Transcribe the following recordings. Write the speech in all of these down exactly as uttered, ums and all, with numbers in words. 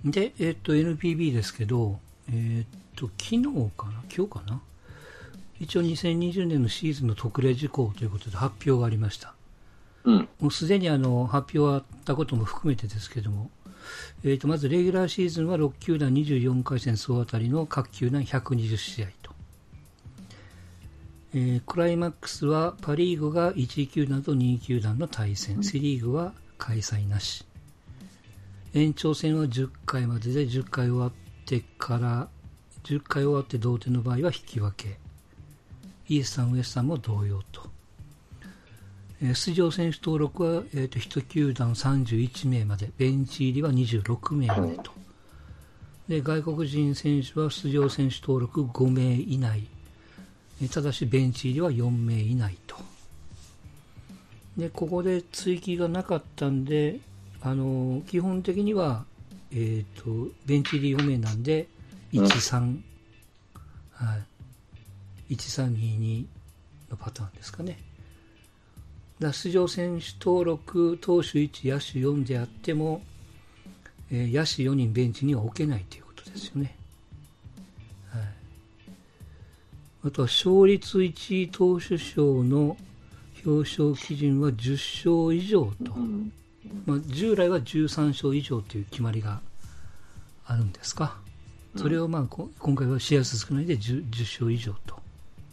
で、えっと、エヌピービー ですけど、えっと、昨日かな今日かな一応にせんにじゅうねんのシーズンの特例事項ということで発表がありました。 うん。 もうすでにあの、発表あったことも含めてですけども、えっと、まずレギュラーシーズンはろく球団にじゅうよんかい戦総当たりの各球団ひゃくにじゅう試合と。えー、クライマックスはパリーグがいち球団とに球団の対戦、セリーグは開催なし。延長戦はじゅっかいまででじゅっかい終わってからじゅっかい終わって同点の場合は引き分け、イースタンウエスタンも同様と、えー、出場選手登録は、えー、といち球団さんじゅういちめいまで、ベンチ入りはにじゅうろくめいまでと、で外国人選手は出場選手登録ごめい以内、えー、ただしベンチ入りはよんめい以内と。でここで追記がなかったんで、あのー、基本的には、えー、とベンチ入りよんめいなんでいちさん、はい、いちさんににのパターンですかね。だ出場選手登録投手いち野手よんであっても、えー、野手よにんベンチには置けないということですよね。はい、あとは勝率いちい投手賞の表彰基準はじゅっしょう以上と、まあ、従来はじゅうさんしょう以上という決まりがあるんですか。それをまあ今回はシェア数少ないで 10, じゅっしょう以上と。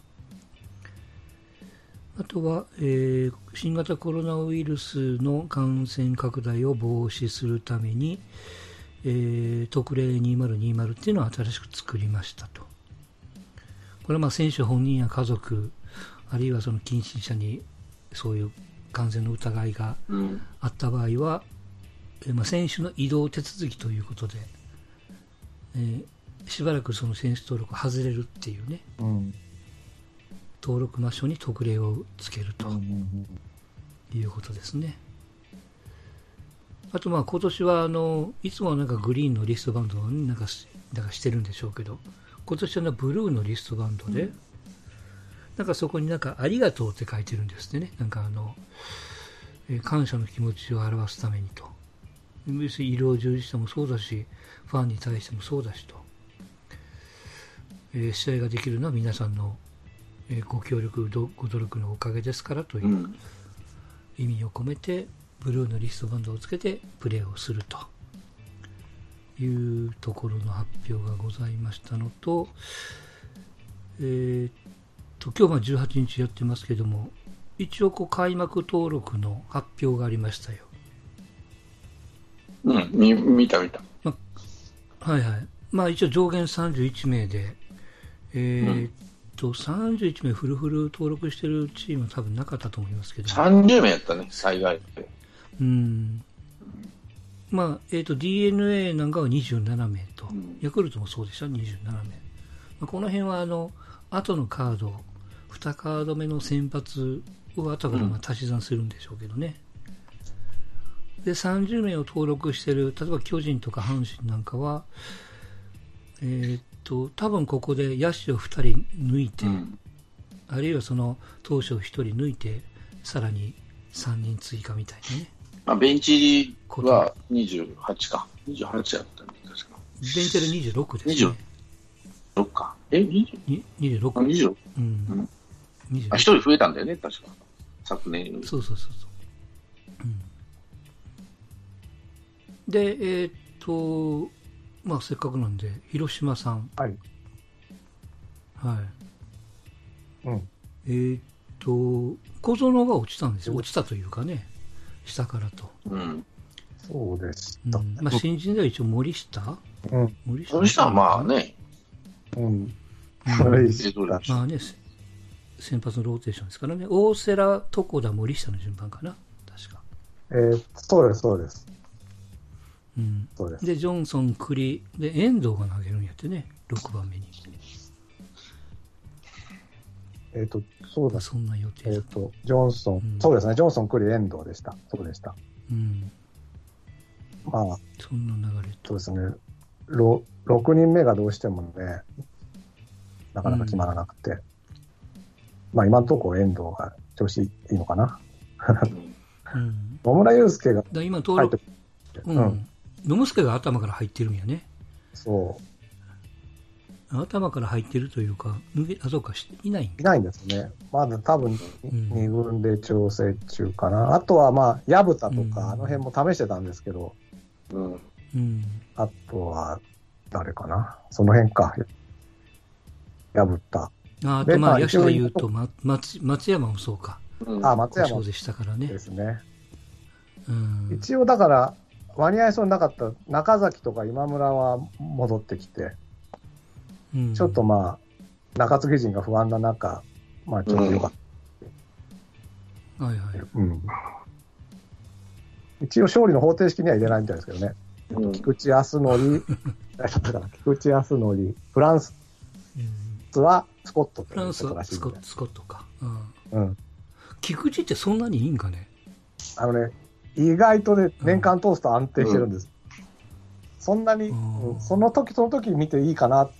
あとは、えー、新型コロナウイルスの感染拡大を防止するために、えー、特例にせんにじゅうっていうのを新しく作りましたと。これはまあ選手本人や家族、あるいはその近親者にそういう感染の疑いがあった場合は、うん、まあ、選手の移動手続きということで、えー、しばらくその選手登録を外れるっていうね、うん、登録抹消に特例をつけるということですね。あとまあ今年はあのいつもはなんかグリーンのリストバンドをなんかなんかしてるんでしょうけど、今年はブルーのリストバンドで、うん、なんかそこになんかありがとうって書いてるんですってね。なんかあの、えー、感謝の気持ちを表すためにと。別に医療従事者もそうだし、ファンに対してもそうだしと、えー、試合ができるのは皆さんの、えー、ご協力ご努力のおかげですからという意味を込めて、ブルーのリストバンドをつけてプレーをするというところの発表がございましたのと、えー、と今日はじゅうはちにちやってますけども、一応こう開幕登録の発表がありましたよ。 うん、見, 見た見た、 ま、はいはい。まあ一応上限さんじゅういちめいで、えー、っと、うん、さんじゅういちめいフルフル登録してるチームは多分なかったと思いますけど、 さんじゅうめいやったね、幸いって。 うん。まあ、えー、っと ディーエヌエー なんかはにじゅうななめいと、うん、ヤクルトもそうでした、にじゅうななめい。まあ、この辺はあの後のカード、にカード目の先発を後からまあ足し算するんでしょうけどね。うん、でさんじゅうめいを登録している、例えば巨人とか阪神なんかは、えー、っと多分ここで野手をふたり抜いて、うん、あるいはその投手をひとり抜いてさらにさんにん追加みたいなね。 まあ、ベンチ入りはにじゅうはちか、にじゅうはちやったんですか。 ベンチ入りにじゅうろくですね。 にじゅうろくか。え、にじゅう？ にじゅうろく。 あ、にじゅうろく。 うん。 にじゅうろく。あ、ひとり増えたんだよね、確か。昨年より。 そうそうそうそう。うん、で、えー、っと、まあせっかくなんで、広島さん。 はい。 はい。 うん。 えー、っと、小園が落ちたんですよ。落ちたというかね、下からと。 うん。 そうでした。うん、 まあ新人では一応森下、 うん、 森下。森下はまあね。 うん。 森下。まあね、先発のローテーションですからね。大瀬良、床田、森下の順番かな、確か。 えー、そうです、そうです。 うん、そうです。で、ジョンソン、栗、で、遠藤が投げるんやってね、ろくばんめに。 えっ、ー、と、そうだ。 そんな予定だ。 えっ、ー、と、ジョンソン、うん、そうですね、ジョンソン、栗、遠藤でした。そうでした。 うん。 まあ、 そんな流れと。そうですね、ろくにんめがどうしてもね、なかなか決まらなくて、うん、まあ今のところ遠藤が調子いいのかな。うん、野村祐介が今登録、うん、うん、 野茂助が頭から入ってるんやね。 そう。 頭から入ってるというか、抜け、あ、そうか、いないんいないんですね。まだ多分、に軍で調整中かな。うん、あとは、まあ、矢蓋とか、うん、あの辺も試してたんですけど、 うん。 うん、 あとは、誰かな。その辺か。矢蓋。 あ, あと、まあ、野手で言うと、ま、松, 松山もそうか。 うん、あ、松山でしたからね。 ですね。 うん、 一応、だから、間に合いそうになかった中崎とか今村は戻ってきて、うん、ちょっとまあ、中継ぎ陣が不安な中、まあ、ちょっと良かった。 うん、はいはい。 うん。一応、勝利の方程式には入れないみたいですけどね。うん、菊池康則、菊池康則、フランスはスコットフランスはスコスコットか。 うん。うん、 菊池ってそんなにいいんかね。 あのね、意外とね、年間通すと安定してるんです。うん、そんなに、うん、その時その時見ていいかなって、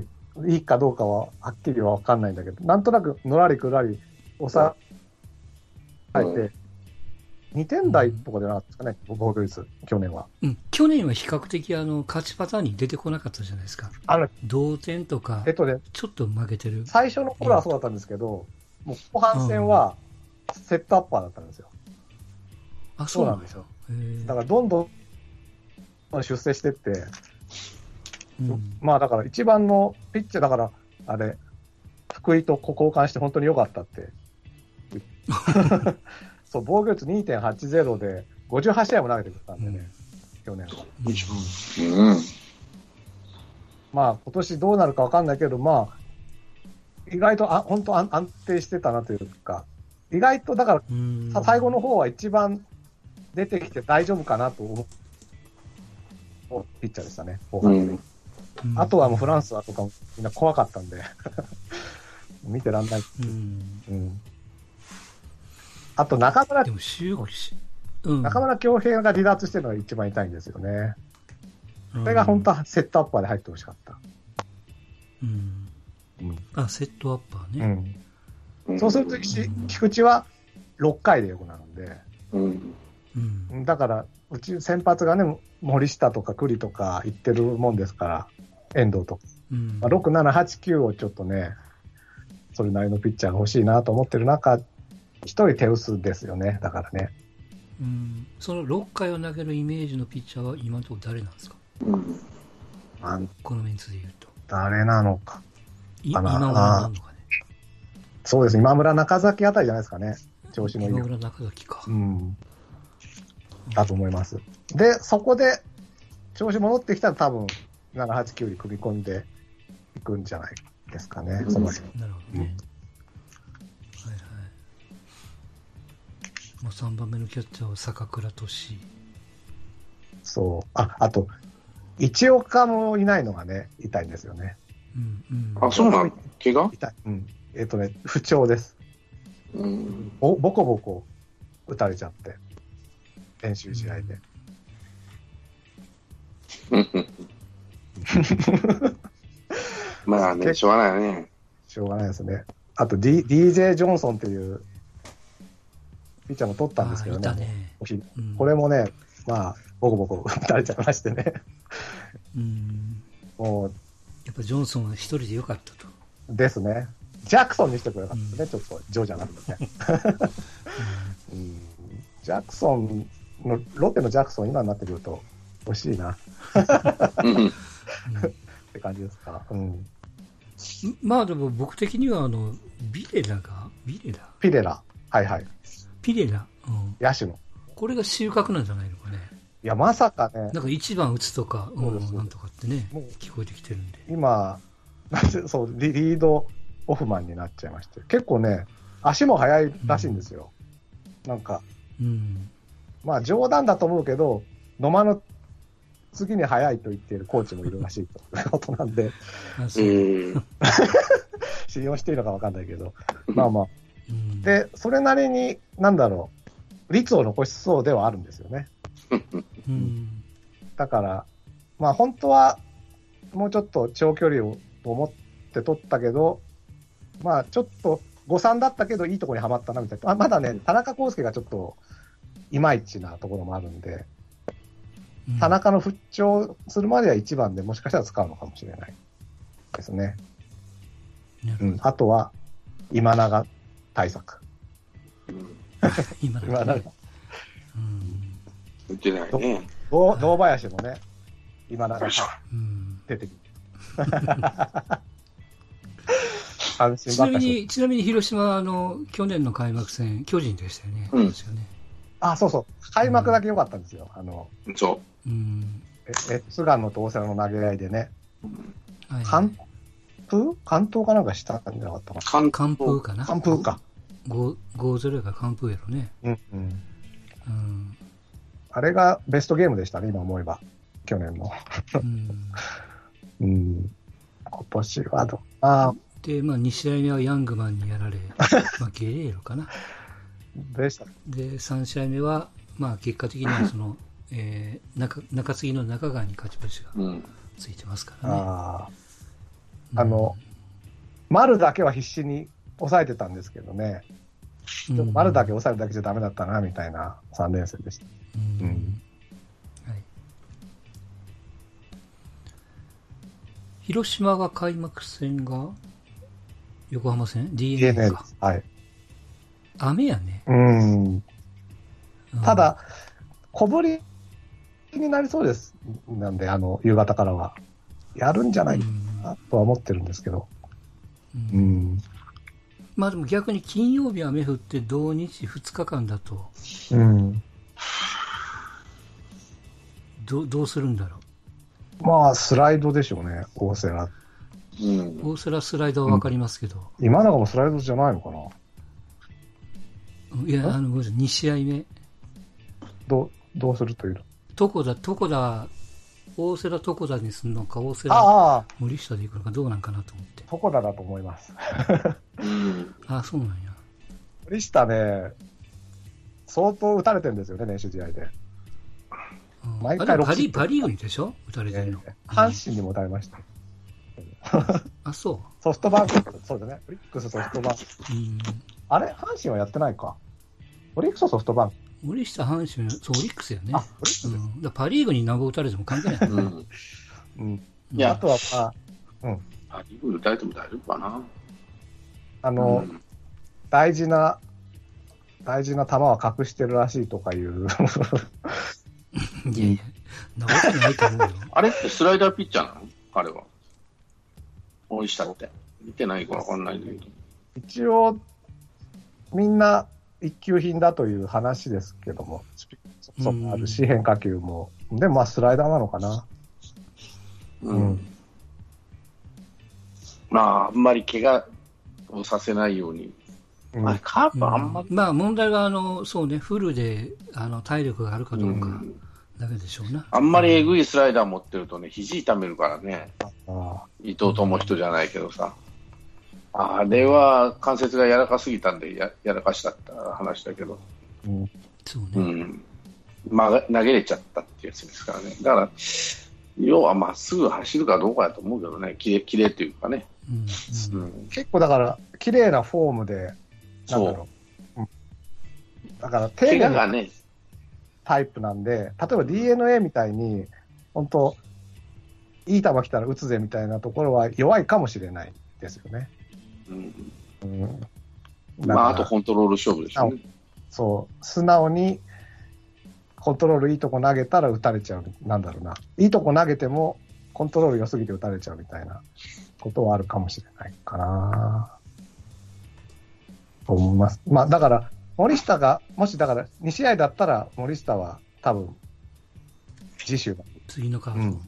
いいかどうかははっきりは分かんないんだけど、なんとなくのらりくらり抑えて、うんにてん台とかじゃなかったですかね、防御率、去年は。 うん、去年は比較的あの勝ちパターンに出てこなかったじゃないですか。 あの同点とか、 えっとね、 ちょっと負けてる。 最初の頃はそうだったんですけど、もう後半戦はセットアッパーだったんですよ。 あ、そうなんですよ。 だからどんどん出世してって、うん、まあだから一番のピッチャーだから、あれ、福井と交換して本当に良かったって。そう、防御率 にてんはちゼロ でごじゅうはち試合も投げてくれたんでね、うん、去年は。うん、まあ今年どうなるか分かんないけど、まあ意外とあ本当安定してたなというか、意外とだから、最後の方は一番出てきて大丈夫かなと思うピッチャーでしたね、後半で。うん、あとはもうフランスはとかもみんな怖かったんで、見てらんない。うんうんあと中村、 でもうん、 中村恭平が離脱してるのが一番痛いんですよね。それが本当はセットアッパーで入ってほしかった。 うんうん、あ、セットアッパーね。 うん、そうすると、うん、菊池はろっかいでよくなるんで、うん、だからうち先発がね、森下とか栗とかいってるもんですから、遠藤とか、うんまあ、ろく、なな、はち、きゅうをちょっとね、それなりのピッチャーが欲しいなと思ってる中、一人手薄ですよね、だからね。 うん、そのろっかいを投げるイメージのピッチャーは今のところ誰なんですか、うん、このメンツでいうと。 誰なのか。 今村なのかね。 そうです、今村中崎あたりじゃないですかね、調子のいい。 今村中崎か。 うん。だと思います。で、そこで調子戻ってきたら多分、なな、はち、きゅうに組み込んでいくんじゃないですかね、うん、その辺。 なるほどね。うんもうさんばんめのキャッチャーは坂倉俊。 そう。あ、あと、一岡もいないのがね、痛いんですよね。 うんうん、あ、そうなの？怪我？ 痛い。うん。えっとね、不調です。うん。ボコボコ打たれちゃって、練習試合で。 まあね、しょうがないよね。 しょうがないですね。あと、D、ディージェー ジョンソンっていう、ピッチャーも取ったんですけど ね, ね、 うん、これもね、まあ、ボコボコ打たれちゃいましてね。 うん、 もうやっぱジョンソンは一人でよかったと。 ですね。ジャクソンにしてくれよかったですね、うん、ちょっとジョーじゃなくてね、うん。ジャクソンの、ロッテのジャクソン、今になってくると欲しいな。って感じですか。うん、 まあでも僕的にはあのビレラがビレラピレラはいはいピレラ、うん、 野手のこれが収穫なんじゃないのかね。 いやまさかね、 なんか一番打つとか、うん、なんとかってね聞こえてきてるんで、 今そうリリードオフマンになっちゃいまして、結構ね足も速いらしいんですよ、うん、なんか、うん、まあ冗談だと思うけど野間の次に速いと言っているコーチもいるらしいということなんで信用していいのか分かんないけど、まあまあ、うん、でそれなりになんだろう率を残しそうではあるんですよね、うん、だからまあ本当はもうちょっと長距離をと思って取ったけど、まあちょっと誤算だったけどいいところにはまったなみたいな。あまだね田中康介がちょっといまいちなところもあるんで、 田中の復調するまではいちばんでもしかしたら使うのかもしれないですね。うん、あとは、今永対策。 今永。 今永。 うん。打てないね。 堂林もね、今永出てきて。 ちなみに、ちなみに広島は、あの、去年の開幕戦、巨人でしたよね。 うん。 ですよね。 あ、そうそう。開幕だけ良かったんですよ。あの、 そう。 うん。 え、菅野と大瀬良の投げ合いでね。 はい。 完封完投かなんかしたんじゃなかったかな。完封かな。 完封か。 ごたいゼロが完封やろね。 うんうん。 うん。 あれがベストゲームでしたね、今思えば。去年の。 うん。 うん。今年はど、あで、まあ、に試合目はヤングマンにやられ、まあ、ゲレーロかな。 でした。 で、さん試合目は、まあ、結果的にはその、えー、中、中継ぎの中川に勝ち星がついてますからね。 うん、ああの、うん、丸だけは必死に抑えてたんですけどね。ちょっと丸だけ抑えるだけじゃダメだったな、みたいなさん連戦でした。 うん。うん、はい。広島が開幕戦が、横浜戦 ?ディーエヌエー か。 はい。 雨やね。 うん。ただ、小降りになりそうです。なんで、あの、夕方からは。やるんじゃないかなとは思ってるんですけど。うん。うん、 まあでも逆に金曜日雨降って同日ふつかかんだと。 うん。 ど, どうするんだろう。まあ、スライドでしょうね、大瀬良。 うん、大瀬良スライドはわかりますけど、 うん、今永もスライドじゃないのかな。 いや、あの、に試合目。 どう、どうするという床田、床田、大瀬良床田にするのか、大瀬良森下でいくのか、どうなんかなと思って。 床田だと思います。 ああ、そうなんや。 森下ね、相当打たれてるんですよね、練習試合で。 毎回パリ、パリーグにでしょ打たれてるの。 えー、阪神にも打たれました。 あ、そう。 ソフトバンク、そうだね。オリックス、ソフトバンク。あれ阪神はやってないか。オリックスとソフトバンク。 森下、阪神、そう、オリックスやね。 あ、オリックス、うん、 だパリーグに何本打たれても関係ない。うんうん、いや、あとは、あ、うん。 パリーグ打たれても大丈夫かな。 あの、うん、大事な、大事な球は隠してるらしいとかいう。 いやいや、なことないと思うよ。 あれってスライダーピッチャーなの彼は。森下って。見てないかわかんないんだけど。 一応、みんな一級品だという話ですけども、そあるし、変化球も。でもまあスライダーなのかな。 うん。うん、まあ、あんまり怪我をさせないように。うん、あカープあんまり、 うん、まあ問題は、あの、そうね、フルであの体力があるかどうか。うんだけでしょうな。 あんまりえぐいスライダー持ってるとね、肘痛めるからね。あ伊藤智人じゃないけどさ。あれは関節が柔らかすぎたんでややらかしたって話だけど。 うん、そうね。 うん。まあ、投げれちゃったっていうやつですからね。だから、要はまっすぐ走るかどうかだと思うけどね。キレ、キレというかね。 うんうん、結構だから、綺麗なフォームで、なんだろう。うん、だから、 怪我がね、 タイプなんで、例えば ディーエヌエー みたいに、本当、いい球来たら打つぜみたいなところは弱いかもしれないですよね。うんうん、まあ、あとコントロール勝負でしょうね。 そう、素直にコントロールいいとこ投げたら打たれちゃう、なんだろうな、いいとこ投げてもコントロール良すぎて打たれちゃうみたいなことはあるかもしれないかなと思います。まあ、だから、森下が、もしだからに試合だったら森下は多分次週だ。 次のカード、うんうん、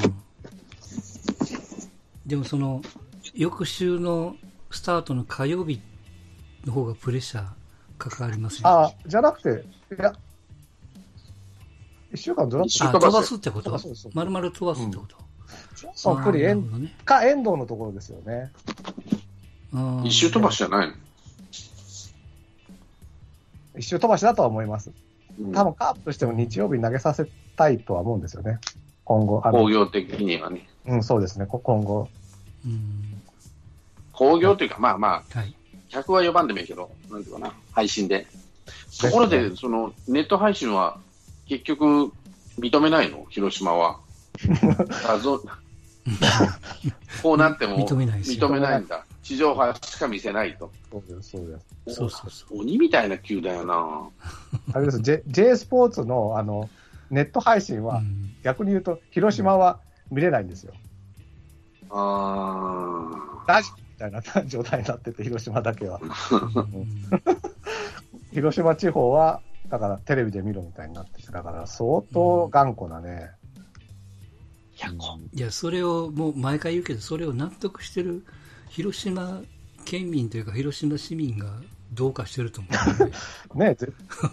でもその翌週のスタートの火曜日の方がプレッシャーかかりますよ、ね。 あ、じゃなくて、いや、いっしゅうかんずらっと飛ばすってこと？まるまる飛ばすってこと、 うん、そっくり遠藤、ね、か遠藤のところですよね。 一周飛ばしじゃないの？ 一周飛ばしだとは思います。多分カープとしても日曜日に投げさせたいとは思うんですよね。今後。 工業的にはね。 うん、そうですね。今後。 うん、 工業というか、まあまあ、 はい、 ひゃくは呼ばんでもいいけど、なんていうかな、配信で。ところで、そのネット配信は結局、 認めないの広島は。あぞこうなっても認めないですよ認めないんだ。地上波しか見せないと。 そうです、そうです。 そうそうそう。 鬼みたいな球団やな。 あれです、J、J スポーツのあのネット配信は、うん、逆に言うと、広島は見れないんですよ。 ああ。 ラジみたいな状態になってて、広島だけは。広島地方は、だからテレビで見ろみたいになってて、だから相当頑固なね。 うん、いや、それをもう毎回言うけど、それを納得してる広島県民というか、広島市民がどうかしてると思う、ね。 ねえ、絶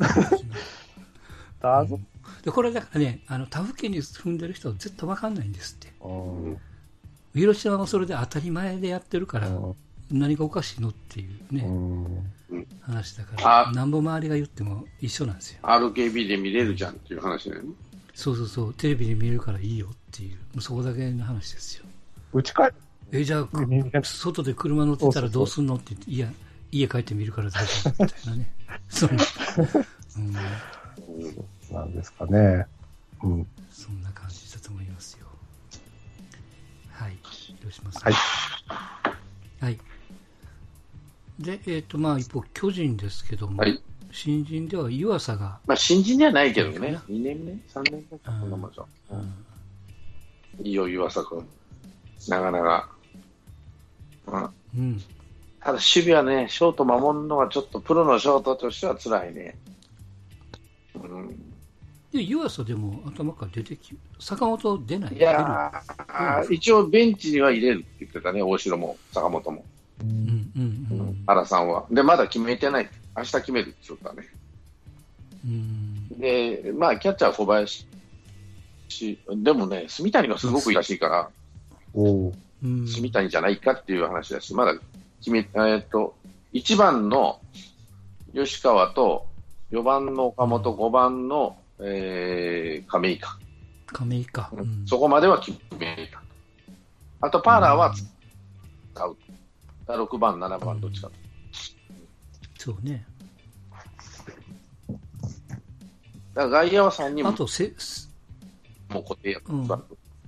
対。うん、 でこれだからね、あの他府県に住んでる人は絶対分かんないんですって。広島もそれで当たり前でやってるから、何がおかしいのっていうね、話だから、なんぼ周りが言っても一緒なんですよ。 アールケービー で見れるじゃんっていう話だよね。 そうそうそう、テレビで見れるからいいよっていう、そこだけの話ですよ。 うち帰え、じゃあ、外で車乗ってたらどうすんのって言って、いや、家帰って見るから大丈夫みたいなね。そんな、うん、 なんですかね。うん。 そんな感じだと思いますよ。はい。どうします、 はい。 はい。で、えっ、ー、と、まあ、一方、巨人ですけども、はい、新人では湯浅が。 まあ、新人ではないけどね。にねんめ ?さんねんめか、こんなもんじゃ。いいよ、湯浅君。なかなか。うん。うん、ただ、守備はね、ショート守るのがちょっと、プロのショートとしては辛いね。うん。 で、湯浅でも頭から出てき、坂本出ない？ いやー、一応ベンチには入れるって言ってたね、大城も、坂本も。 うんうんうんうん、 原さんは。で、まだ決めてない。明日決めるって言ったね。 うん、 で、まあ、キャッチャーは小林。でもね、住谷がすごくいいらしいから、 お住谷じゃないかっていう話だし、まだ決め、えー、っと、いちばんの吉川と、よばんの岡本、ごばんの、えー、亀井か。 亀井か、 うん。そこまでは決めた。あと、パーラーは使う。ろくばん、ななばんどっちかと。 そうね。 だから外野はさんにんも。 あとせ、 もう固定やった、うん。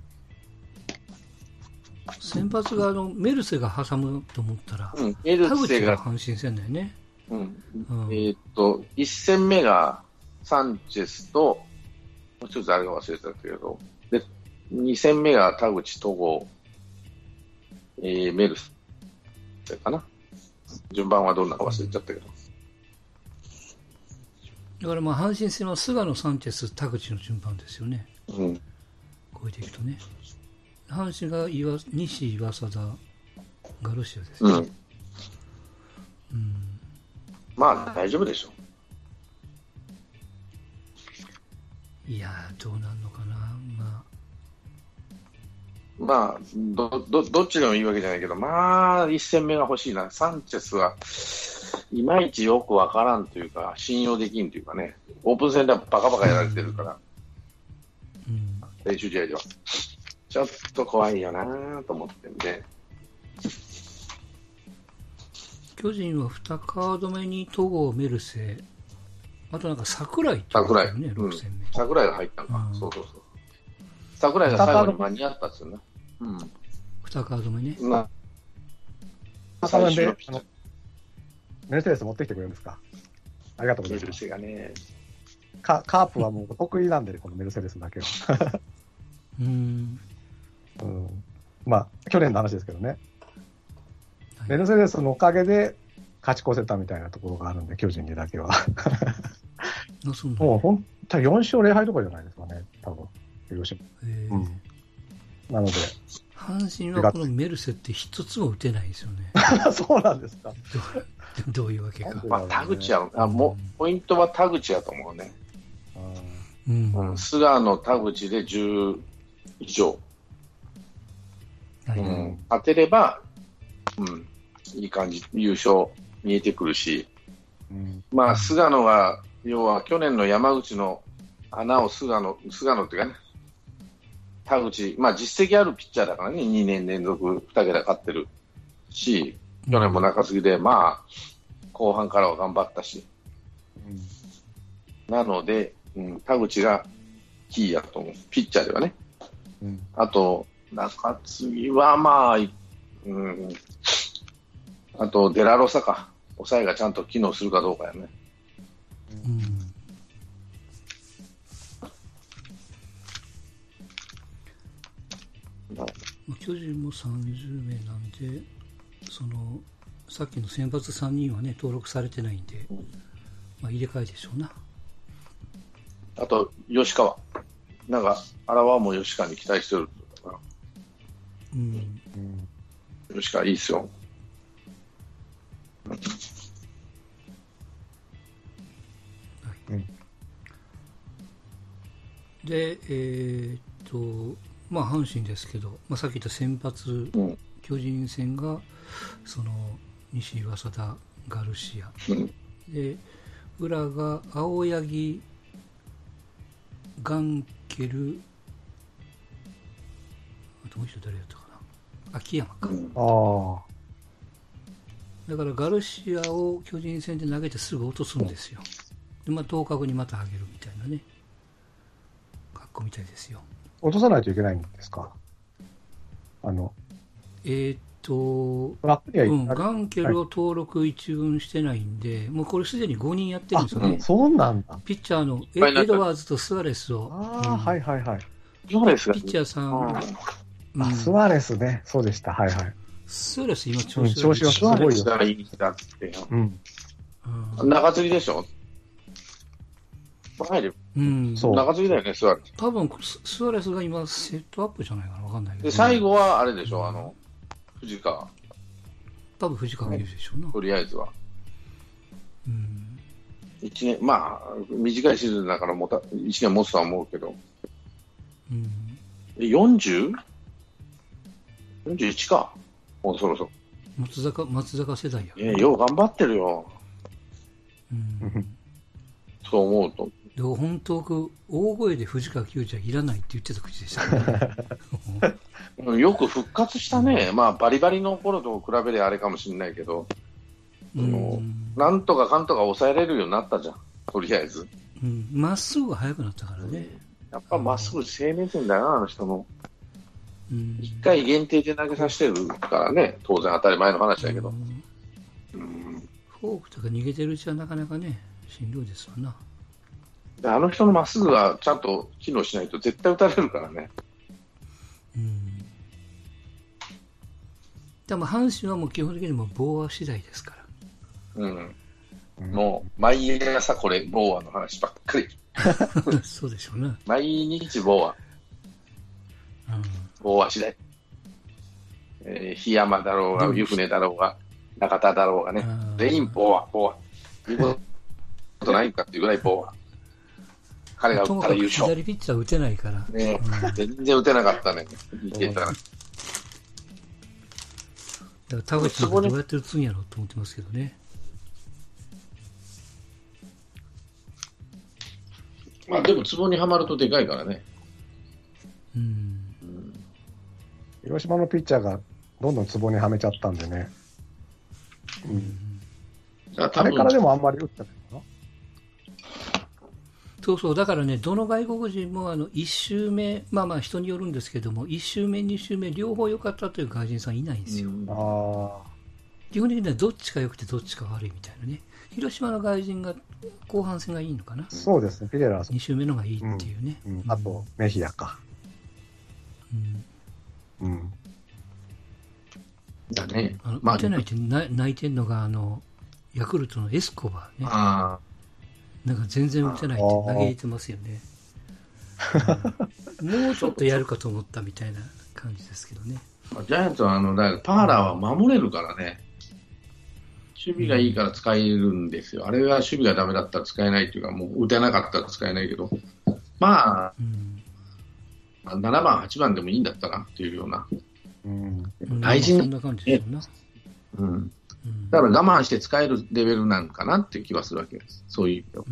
先発があのメルセが挟むと思ったら、 うん、メルセが田口が阪神戦だよね。 うんうん、えー、っと、いち戦目がサンチェスと、もう一つあれが忘れてたけど、で、に戦目が田口、戸郷、えー、メルセかな。順番はどんなか忘れちゃったけど。 だからまあ阪神戦は菅野、サンチェス、田口の順番ですよね。 うん。 こういていくとね。阪神が岩西、岩貞、ガルシアですね。うん。うん、 まあ大丈夫でしょう。いやー、どうなんのかな。まあ。 まあ、ど、ど、どっちでもいいわけじゃないけど、まあ、一戦目が欲しいな。サンチェスはいまいちよくわからんというか、信用できんというかね、オープン戦ではバカバカやられてるから、うん、練習試合では。ちょっと怖いよなと思ってんで。 巨人はにカード目に戸郷、メルセ、あとなんか桜井って桜井、 ね、ろく戦目。 桜井が入ったのか、うん、そうそうそう。桜井が最後に間に合ったんですよね。うん。にカード目ね。 まあ、最初のピッチャー。メルセデス持ってきてくれるんですか。ありがとうございます。 メルセがね。 カ, カープはもう得意なんで、ね、このメルセデスだけは。 うーん。 うん、まあ、去年の話ですけどね、はい、メルセデスのおかげで勝ち越せたみたいなところがあるんで、巨人にだけは。もう本当はよんしょうぜろはいとかじゃないですかね、多分広島。うん、なので、 阪神はこのメルセって一つも打てないですよね。 そうなんですか。 ど, どういうわけか。 まあ、田口や、あ、もうポイントは田口やと思うね。 うんうん、菅野、田口でじゅう以上。うん、当てれば、うん、いい感じ、優勝見えてくるし、うん、まあ、菅野が、要は去年の山口の穴を菅野、菅野っていうかね、田口、まあ実績あるピッチャーだからね、にねん連続にけた勝ってるし、去年も中継ぎで、まあ、後半からは頑張ったし、うん、なので、うん、田口がキーやと思う。ピッチャーではね。 うん、 あと、中継ぎはまあ、うん、あと、デラロサか。抑えがちゃんと機能するかどうかやね。 うん。巨人もさんじゅうめいなんで、そのさっきの先発さんにんはね登録されてないんで、まあ、入れ替えでしょうな。 あと吉川、なんか荒川も吉川に期待してるから、 うん、 吉川いいっすよ。 はい、で、えー、っとまあ阪神ですけど、まあ、さっき言った先発、うん、巨人戦がその西岩貞田ガルシア、うん、で裏が青柳ガンケル、あともう一人誰やったかな、秋山か、うん、 あだからガルシアを巨人戦で投げてすぐ落とすんですよ。で、まあ、東角にまた上げるみたいなね格好みたいですよ。 落とさないといけないんですか。あのえー、っと、うん、ガンケルを登録一軍してないんで、はい、もうこれすでにごにんやってるんですよね。 そうなんだ。 ピッチャーのエドワーズとスアレスを。 ああ、うん、はいはいはい。 スアレスがピッチャーさん。 うん、あ、スアレスね。そうでした。はいはい。 スアレス今調子、うん、 調子はすごいよ。 スアレスがいいんだって。 うん。 中継ぎでしょ。入る。 うん。 中継ぎだよね、スアレス。 多分スアレスが今セットアップじゃないかな、わかんないけど。 で、最後はあれでしょ、あの、藤川。 多分藤川球児でしょうな。 とりあえずは。 うん。 一年、まあ、短いシーズンだからもた、一年持つとは思うけど。 うん。 よんじゅう?よんじゅういち か。もうそろそろ。 松坂、松坂世代や。 ええ、よう頑張ってるよ。 うん。 そう思うと。 でも本当、大声で藤川球児はいらないって言ってた口でしたね。 よく復活したね。うん、まあ、バリバリの頃と比べりゃあれかもしれないけど、うん、なんとかかんとか抑えれるようになったじゃん。とりあえず。 うん。まっすぐが速くなったからね。 やっぱまっすぐ生命線だよな、あの人の。 うん、 いっかい限定で投げさせてるからね、当然当たり前の話だけど。 うん、フォークとか逃げてるうちはなかなかね、しんどいですわな。 あの人のまっすぐがちゃんと機能しないと絶対打たれるからね。 うん。でも阪神はもう基本的にもボーア次第ですから。 うん。もう毎朝これボーアの話ばっかり。 そうでしょうね。 毎日ボーア。 うん、 ボーア次第。えー、檜山だろうが、湯船だろうが、中田だろうがね、全員ボーア、ボーア。言うことないかっていうぐらいボーア。彼が打ったら優勝。 左ピッチャー打てないから。 ね、うん、全然打てなかったね。言ってたら。だから田口さんがどうやって打つんやろうと思ってますけどね。 まあでも壺にはまるとでかいからね。 うん。うん、 広島のピッチャーがどんどん壺にはめちゃったんでね。うん。だからあれからでもあんまり打ったのかな。 そうそう、だからね、どの外国人もあのいち周目、まあまあ人によるんですけども、いち周目、に周目、両方良かったという外人さんいないんですよ。 あ基本的にはどっちか良くてどっちか悪いみたいなね。広島の外人が後半戦がいいのかな。 そうですね、ピレラに周目のがいいっていうね。 うんうん、あと、メヒアか。 うん。 うん。 だね。 あの、まあ、打てないって泣いてんのが、あの、ヤクルトのエスコバーね。 ああ。 なんか全然打てないって嘆いてますよね。うん、もうちょっとやるかと思ったみたいな感じですけどね。 ジャイアンツはあのだからパーラーは守れるからね。守備がいいから使えるんですよ。うん、あれは守備がダメだったら使えないっていうか、もう打てなかったら使えないけど、まあ、うん、ななばん、はちばんでもいいんだったなっていうような。 うん、 大事な、そんな感じですよね。 うん。だから我慢して使えるレベルなんかなっていう気はするわけです。そういう意味では。 うん、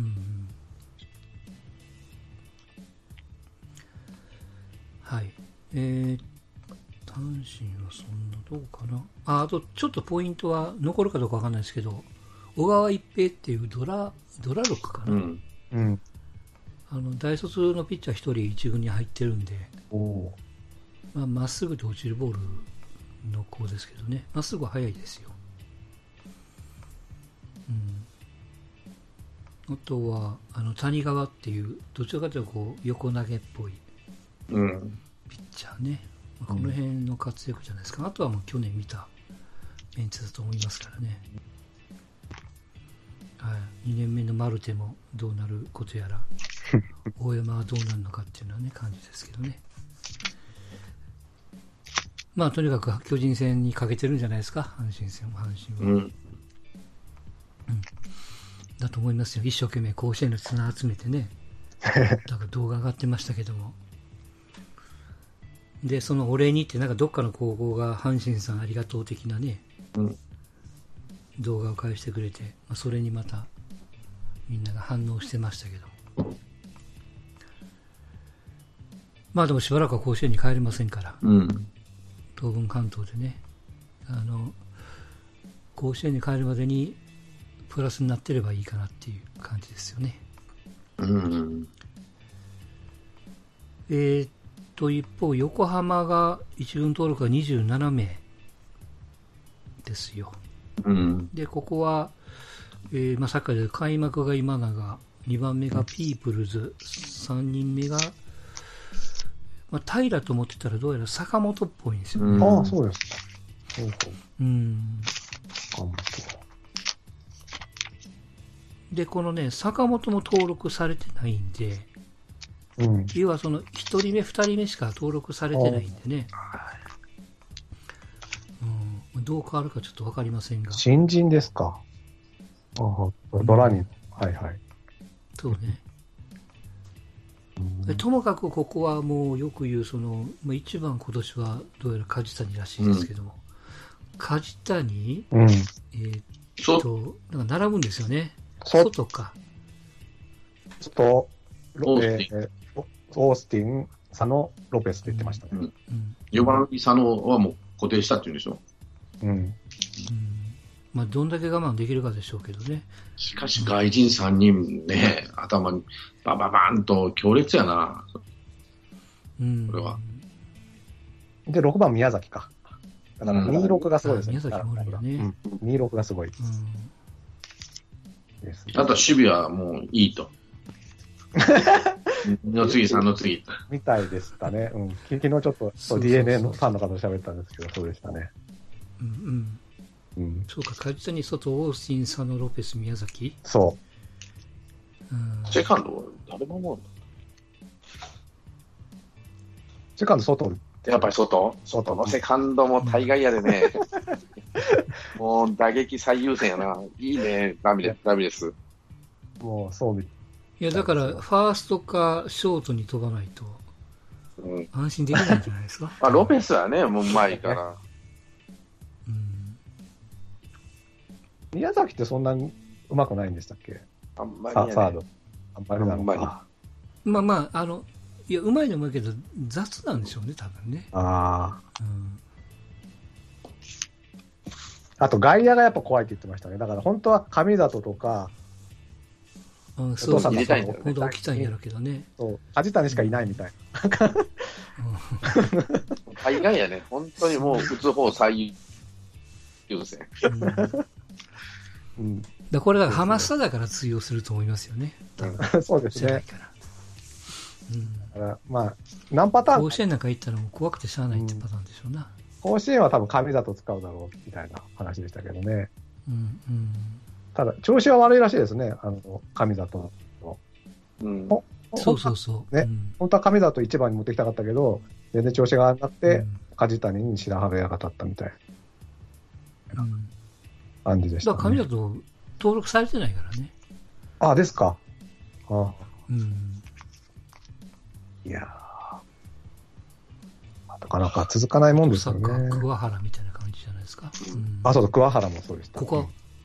はい。えー、阪神はそんなどうかな。あ、あとちょっとポイントは残るかどうかわかんないですけど、小川一平っていうドラドラロックかな。 うんうん、 あの大卒のピッチャーひとり一軍に入ってるんで、おまあ、まっすぐで落ちるボールの子ですけどね、まっすぐは速いですよ。うん、あとはあの谷川っていうどちらかというとこう横投げっぽいピッチャーね、うん、まあ、この辺の活躍じゃないですか。あとはもう去年見たメンツだと思いますからね。はい、にねんめのマルテもどうなることやら大山はどうなるのかっていうのはね感じですけどね。まあとにかく巨人戦にかけてるんじゃないですか、阪神戦も阪神は、うんうん、だと思いますよ。一生懸命甲子園の綱集めてねだから動画上がってましたけども、でそのお礼にってなんかどっかの高校が阪神さんありがとう的なね、うん、動画を返してくれて、まあ、それにまたみんなが反応してましたけど、まあでもしばらくは甲子園に帰れませんから、うん、東文関東でね、あの甲子園に帰るまでにプラスになってればいいかなっていう感じですよね。うん、えー、と一方横浜が一軍登録がにじゅうななめいですよ。うん、でここは、えーまあ、さっきから開幕が今永、にばんめがピープルズ、さんにんめが、まあ、平と思ってたらどうやら坂本っぽいんですよね。 うん、ああそうですか。 うん、でこのね坂本も登録されてないんで、うん、要はそのひとりめふたりめしか登録されてないんでね、うん、どう変わるかちょっと分かりませんが。 新人ですか。ああドラに、うん、はいはい。 そうね。うん、ともかくここはもうよく言うその、まあ、一番今年はどうやら梶谷らしいですけども、うん、梶谷、うん、えー、っとなんか並ぶんですよね。外か。 外、ロペ、えー、オースティン、佐野、ロペスって言ってましたね。うんうん、 よばんに佐野はもう固定したって言うんでしょ。うん。うん、 まあ、どんだけ我慢できるかでしょうけどね。 しかし外人さんにんね、うん、頭にバババンと強烈やな。うん。これは。 で、ろくばん宮崎か。だからにじゅうろくがすごいですね。 宮崎もあるよね。 うん、にじゅうろくがすごい。うんですね、あと守備はもういいと。の次、さんの次。 みたいでしたね。うん。昨日ちょっと ディーエヌエー のファンの方と喋ったんですけど、そうでしたね。 うんうん。うん、そうか、梶谷、外、オースティン、佐野、ロペス、宮崎。 そう。 うん、セカンドは誰も思うんだ。 セカンド、外。 やっぱり外外のセカンドも大概やでね。もう打撃最優先やな。いいね、ダメです。ダメです。 もうそうみたい。 いや、だから、ファーストかショートに飛ばないと、安心できないんじゃないですか。 うん、あロペスはね、もううまいから。 うん、宮崎ってそんなにうまくないんでしたっけ。 あんまり、ね、 サード。あんまりなのか。 まあまあ、あの、いや、うまいのもいいけど、雑なんでしょうね、多分ね。 ああ。うん、あと、外野がやっぱ怖いって言ってましたね。だから本当は上里とか、 うん、そう入れたいんだよね。本当は置きたいんやろうけどね。 そう、梶谷しかいないみたいな。 大概やね、本当にもう打つ方最優先。 うん。だこれだからハマスタだから通用すると思いますよね。 うん、そうですね。うん、だからまあ何パターン。 甲子園なんか行ったらもう怖くてしゃあないってパターンでしょうな。 うん、甲子園は多分上里使うだろうみたいな話でしたけどね。うんうん。ただ調子は悪いらしいですね、あの上里の。 うん。そうそうそう。 ね、うん、本当は上里一番に持ってきたかったけど、全然調子が上がって、うん、梶谷に白羽が立ったみたいな感じでしたね。 だから上里登録されてないからね。 ああですか。ああ。うん。いやー、なかなか続かないもんですよね。 桑原みたいな感じじゃないですか。 うん、あ、そうそう、桑原もそうでした。 ここは、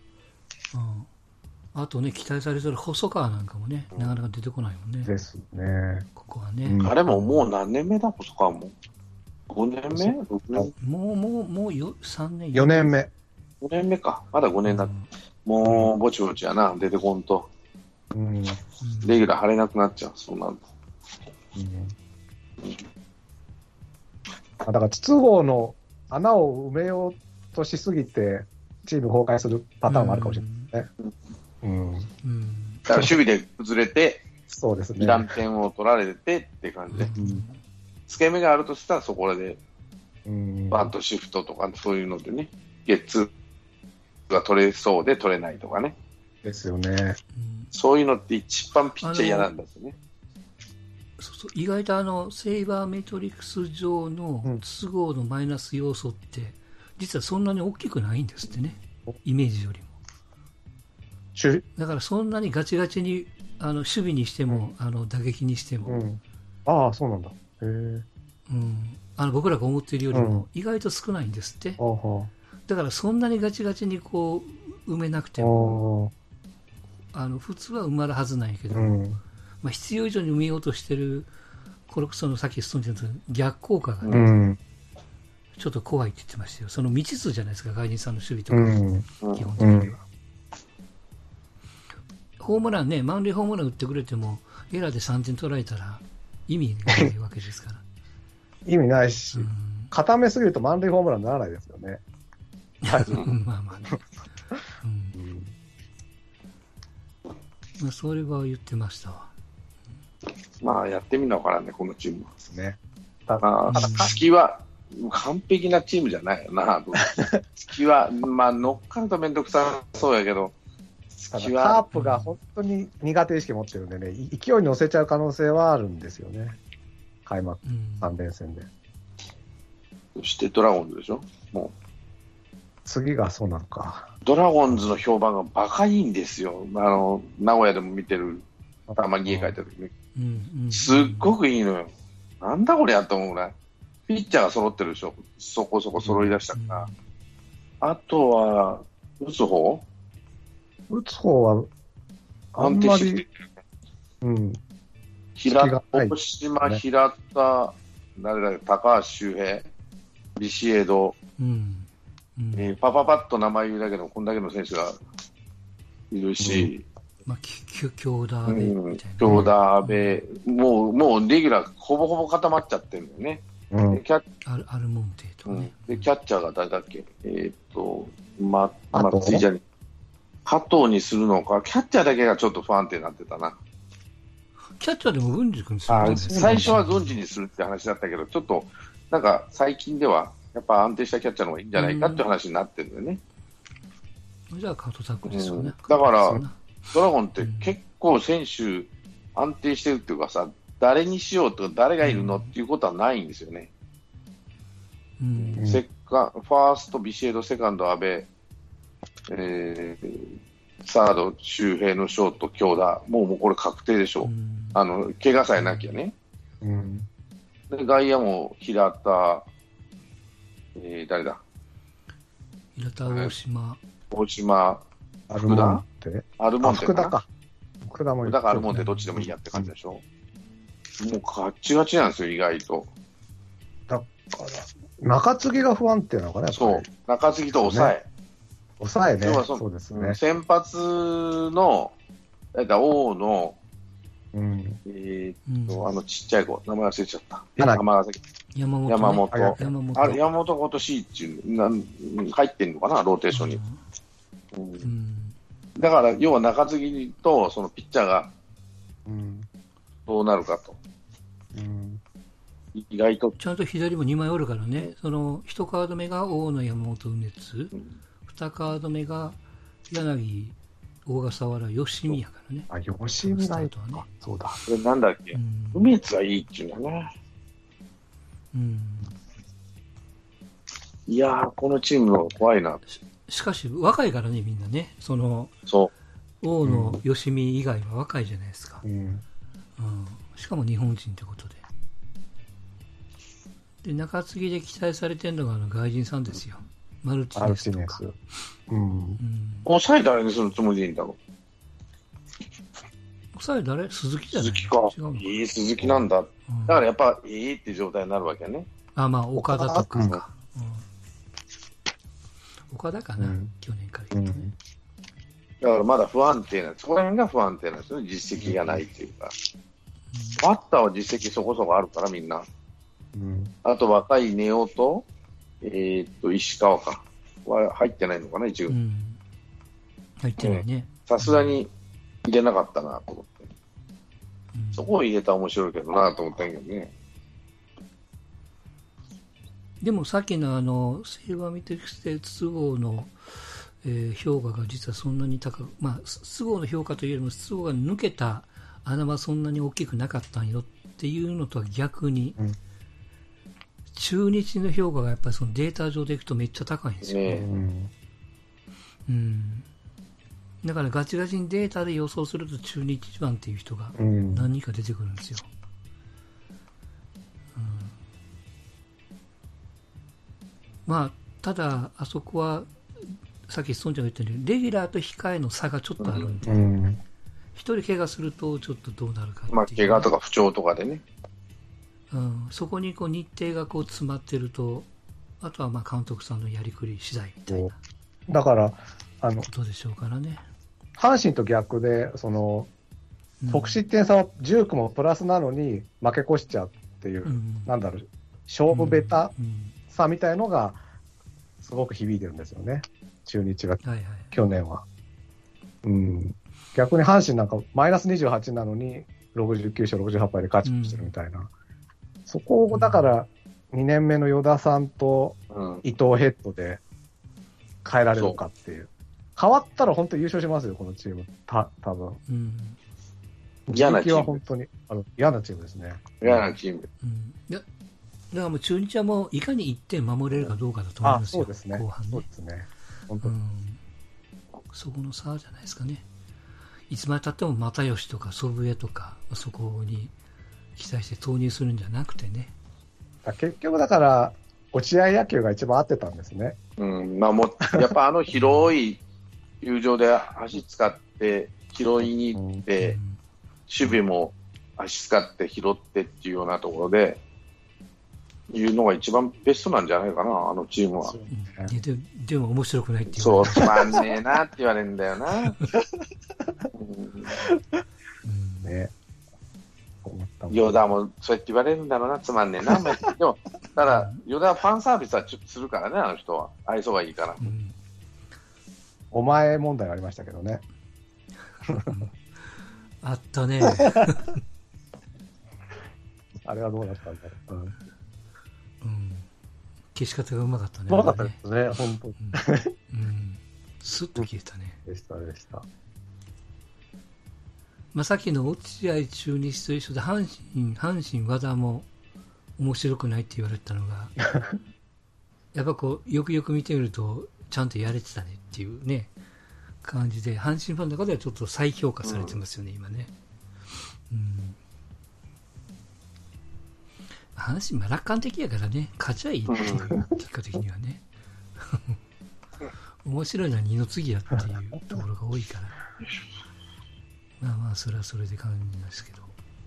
うん、あとね、期待されてる細川なんかもね、なかなか出てこないもんね。 ですね。 ここはね。 うん、あれももう何年目だ、細川も。ごねんめ ?ろく 年もう、もう、もうよさんねん。 よねんめ。 ごねんめか。まだごねんだ。うん、もう、ぼちぼちやな、出てこんと。 うん、 レギュラー張れなくなっちゃう、そうなると。 うんうん、だから筒香の穴を埋めようとしすぎて、チーム崩壊するパターンもあるかもしれないですね。うんうん、 うん、 だから守備で崩れて、 そうですね。 イラン点を取られてって感じで、うん、付け目があるとしたらそこで、うん、バントシフトとかそういうのでね、ゲッツーが取れそうで取れないとかね。 ですよね。 そういうのって一番ピッチャー嫌なんですよね。 そうそう、意外とあのセイバーメトリクス上の都合のマイナス要素って、うん、実はそんなに大きくないんですってね、イメージよりも。だからそんなにガチガチにあの守備にしても、うん、あの打撃にしても、 うん、ああそうなんだ。へえ、うん、 あの僕らが思っているよりも意外と少ないんですって、うん、だからそんなにガチガチにこう埋めなくてもあの普通は埋まるはずなんやけど、うん、まあ、必要以上に埋めようとしてるこのそのさっきストーンジの逆効果がね、うん、ちょっと怖いって言ってましたよ。その未知数じゃないですか、外人さんの守備とか、うん、基本的には、うん、ホームランね、満塁ホームラン打ってくれてもエラーでさんてん取られたら意味がないわけですから意味ないし、うん、固めすぎると満塁ホームランにならないですよねまあまあね、うんまあ、それは言ってましたわ。 まあやってみるのわからんね、このチームはですね。 たまあ、月は完璧なチームじゃないよな。月はまあ乗っかるとめんどくさそうやけど、 月はカープが本当に苦手意識持ってるんでね、勢いに乗せちゃう可能性はあるんですよね。開幕さん連戦で。 そしてドラゴンズでしょ。もう次がそうなのか。 ドラゴンズの評判がバカいいんですよ。あの名古屋でも見てる。たまに家帰った時に、うんうん、すっごくいいのよ。なんだこれやと思うぐらい。ピッチャーが揃ってるでしょ。そこそこ揃い出したから。うん、あとは、打つ方打つ方は、あんまり、うん。 平大島、ね、平田、誰だ高橋周平、ビシエド、うんうんえー、パパパッと名前言うだけでもこんだけの選手がいるし、 うんまあ、京田阿部みたいな、 京田阿部、もう、もうレギュラーほぼほぼ固まっちゃってるんだよね。うん、 キャアルアルモンテとかね、 うん。で、キャッチャーが誰だっけえー、っと、ま、松井じゃね加藤にするのか、キャッチャーだけがちょっと不安定になってたな。 キャッチャーでも郡司君にするんですか？最初は郡司にするって話だったけど、ちょっと、なんか最近では、やっぱ安定したキャッチャーの方がいいんじゃないかっていう話になってるんだよね。 うん、じゃあ、カートザックですよね。 うん、だから、ドラゴンって結構選手安定してるっていうかさ、誰にしようとか誰がいるのっていうことはないんですよね。うん、セカファーストビシエド、セカンド阿部、えー、サード周平のショート京田、もうもうこれ確定でしょ。うん、あの怪我さえなきゃね。うん、で外野も平田、えー、誰だ？ 平田大島、 大島、福田、アルモンテかな。福田か。福田もいい。福田かアルモンテどっちでもいいやって感じでしょ。うん、もうガッチガチなんですよ、意外と。 だから、中継ぎが不安定なのかね、 そう。中継ぎと抑え。 抑えね。そ, そうですね。 先発の、だいたい王の、うん、えー、っと、うん、あのちっちゃい子、名前忘れちゃった。山崎。 山本、ね。 山本。山本。あれ、山本今年っていうなん入ってんのかな、ローテーションに。うんうん、だから、要は中継ぎとそのピッチャーがどうなるかと。うん、意外と。 ちゃんと左もにまいおるからね、そのいちカード目が大野山本梅津、うん、にカード目が柳、大笠原、吉見やからね。 あ、吉見がいいとはね。そうだ。 これなんだっけ、うん、梅津はいいっていうんだね。うん。いやー、このチームは怖いな。 しかし、若いからね、みんなね。その、 そう。 大野、吉見以外は若いじゃないですか。うん。うん、しかも日本人ってことで。で、中継ぎで期待されてるのがあの外人さんですよ。マルティネスとか。 うん。うん、抑え誰にするつもりでいいんだろう。抑え誰？鈴木じゃない？ 鈴木か。いい鈴木なんだ。うん、だからやっぱいいって状態になるわけね。 あ、まあ岡田とかか。うん、岡田かな、うん、去年から言うとね。 だからまだ不安定な、そこら辺が不安定なんですよね、実績がないっていうか。バッターは実績そこそこあるから、みんな。うん、あと若い根尾と、えー、っと、石川か。は入ってないのかな、一軍。うん、 入ってないね。 さすがに入れなかったなと思って。うん、そこを入れたら面白いけどなと思ったんやけどね。 でもさっきのあの、セイバーミテクステ筒香の、えー、評価が実はそんなに高く、まあ、筒香の評価というよりも筒香が抜けた穴はそんなに大きくなかったんよっていうのとは逆に、うん、中日の評価がやっぱりそのデータ上でいくとめっちゃ高いんですよね。ねうん、だからガチガチにデータで予想すると中日一番っていう人が何人か出てくるんですよ。うん、まあただあそこはさっき孫ちゃんが言ったようにレギュラーと控えの差がちょっとあるんで、一、うん、人怪我するとちょっとどうなるかっていう、 まあ怪我とか不調とかでね。 うん、そこにこう日程がこう詰まってると、あとはまあ監督さんのやりくり次第みたいな。 だからあのことでしょうからね。 阪神と逆でその、うん、得失点差はじゅうきゅうもプラスなのに負け越しちゃうっていう、うん、なんだろう勝負ベタさみたいのがすごく響いてるんですよね。中日が、はいはい、去年は、うん。逆に阪神なんかマイナスにじゅうはちなのにろくじゅうきゅう勝ろくじゅうはち敗で勝ち越してるみたいな。うん、そこをだからにねんめの与田さんと伊藤ヘッドで変えられるかっていう。うん、変わったら本当に優勝しますよ、このチーム。た多分。うん、 嫌なチーム。 は本当にあの嫌なチームですね。 嫌なチーム。 うん、いやだからもう中日はもういかにいってん守れるかどうかだと思いますよ。 あ、そうですね。 後半ね。 そうですね。本当に、うん。 そこの差じゃないですかね。いつまでたっても又吉とか祖父江とかそこに期待して投入するんじゃなくてね。 結局だから落合野球が一番合ってたんですね。 うん、まあもうやっぱあの広い球場で足使って拾いに行って、うん、守備も足使って拾ってっていうようなところでいうのが一番ベストなんじゃないかな、あのチームは。 うん、で, でも面白くないっていう。 そう、つまんねえなって言われるんだよな。うん、ね。ヨダもそうやって言われるんだろうな、つまんねえな。でも、ただ、ヨダはファンサービスはちょっとするからね、あの人は。愛想がいいから。うん、 お前問題がありましたけどね。 あったね。 あれはどうだったんだろう。うんうん、消し方がうまかったね。 うまかったですね、本当に。 うんうん、スッと消えたね。 でしたでした。 まあ、さっきの落合中日と一緒で阪神、阪神和田も面白くないって言われたのが、やっぱこうよくよく見てみるとちゃんとやれてたねっていうね感じで、阪神ファンの中ではちょっと再評価されてますよね、うん、今ね。うん、阪神は楽観的やからね、勝ちはいいっていう、結果的にはね。面白いのは二の次やっていうところが多いから。まあまあ、それはそれで感じですけど。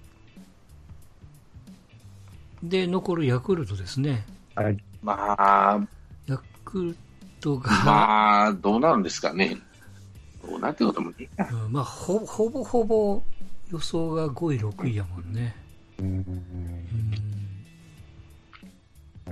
で、残るヤクルトですね。 はい。まあ、 ヤクルトが。 まあ、どうなるんですかね。どうなってこともいいか。 まあ、ほ、ほぼほぼ予想がごい、ろくいやもんね。うん。 うん。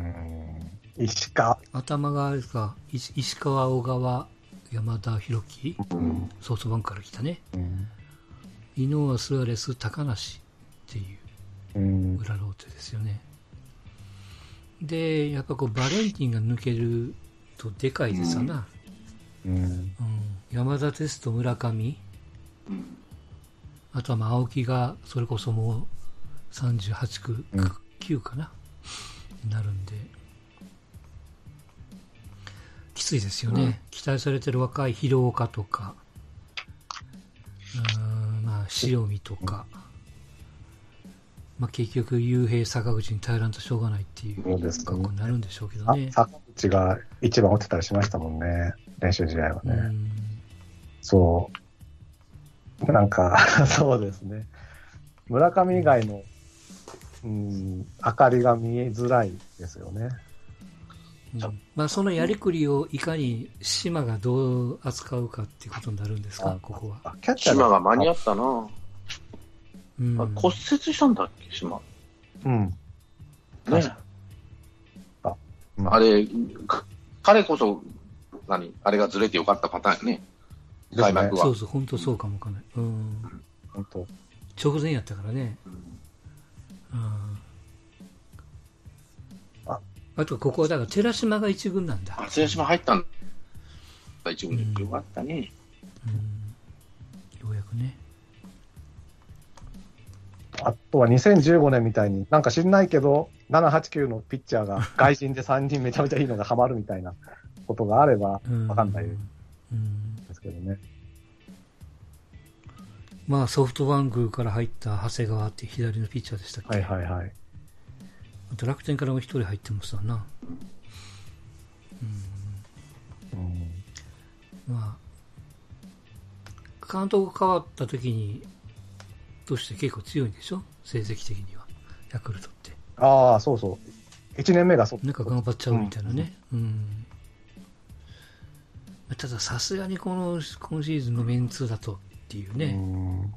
石川。 頭があれか、石川、小川、山田裕樹、うん、ソフトバンクから来たね。うん、井上スアレス、高梨っていう裏ローテですよね。うん、で、やっぱこうバレンティンが抜けるとでかいですわな。うんうん、山田テスト、村上、うん、あとはまあ青木がそれこそもうさんじゅうはちく、うん、きゅうかなになるんできついですよね。うん、期待されてる若い広岡とか、うん、まあ塩見とか、まあ、結局雄平坂口に頼らんとしょうがないっていう格好になるんでしょうけどね。 坂口が一番打ってたりしましたもんね、練習試合はね。うん、そうなんかそうですね、村上以外の、うん、明かりが見えづらいですよね。 うんまあ、そのやりくりをいかに島がどう扱うかっていうことになるんですか、ここは。 キャッチャー島が間に合ったな、うん、骨折したんだっけ、島。 うん。 ね。あ、うん、あれ、彼こそ、何あれがずれてよかったパターンやね。開幕は。 そうそう、本当そうかもかない。うん。 本当。 直前やったからね。うん。ああと、ここはだから寺島が一軍なんだ。 あ、寺島入ったんだ。一軍によかったね。 うん。うん、ようやくね。 あとはにせんじゅうごねんみたいに、なんか知んないけど、なな、はち、きゅうのピッチャーが外人でさんにんめちゃめちゃいいのがハマるみたいなことがあれば、わかんないですけどね。 まあ、ソフトバンクから入った長谷川って左のピッチャーでしたっけ。 はいはいはい。 あと楽天からも一人入ってますわな。うん。うん、まあ、監督変わった時に、として結構強いんでしょ、成績的には、ヤクルトって。 ああ、そうそう。いちねんめがそう。 なんか頑張っちゃうみたいなね。うん。うん、ただ、さすがにこの今シーズンのメンツだとっていうね。うん、うん、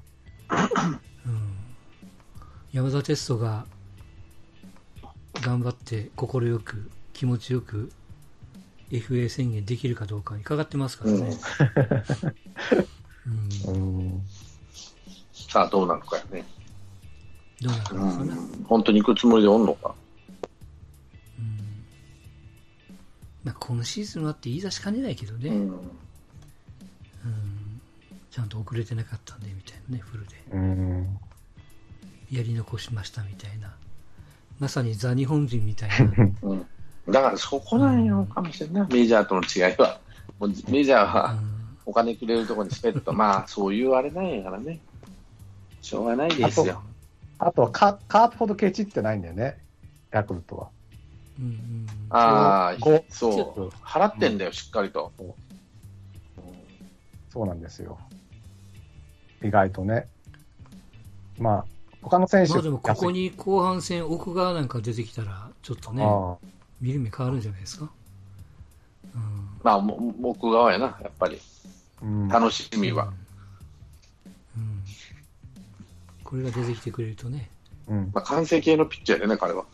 山田哲人が頑張って快く気持ちよく エフエー 宣言できるかどうかにかかってますからね。 うんうんさあどうなのかよね。 どうなるのかな。 うん、本当に行くつもりでおんのか。 うん、まあ、今シーズンはって言い出しかねないけどね。うんうん、ちゃんと遅れてなかったんでみたいなね、フルで。うんやり残しましたみたいな。まさにザ日本人みたいな。 うん、だからそこなんよかもしれない、うん、メジャーとの違いは。もうメジャーはお金くれるところにスペット、まあそういうあれなんやからね。しょうがないですよ。 あと、あとはカ、カープほどケチってないんだよね、ヤクルトは。 うんうん、ああ、そう。払ってんだよ、うん、しっかりとそう。 そうなんですよ。意外とね。まあ、他の選手まあでも、ここに後半戦、奥川なんか出てきたら、ちょっとね、見る目変わるんじゃないですか。 うん、まあ、奥川やな、やっぱり。うん、楽しみは。うんうん、これが出てきてくれるとね。 うんまあ、完成形のピッチャーでね、彼は。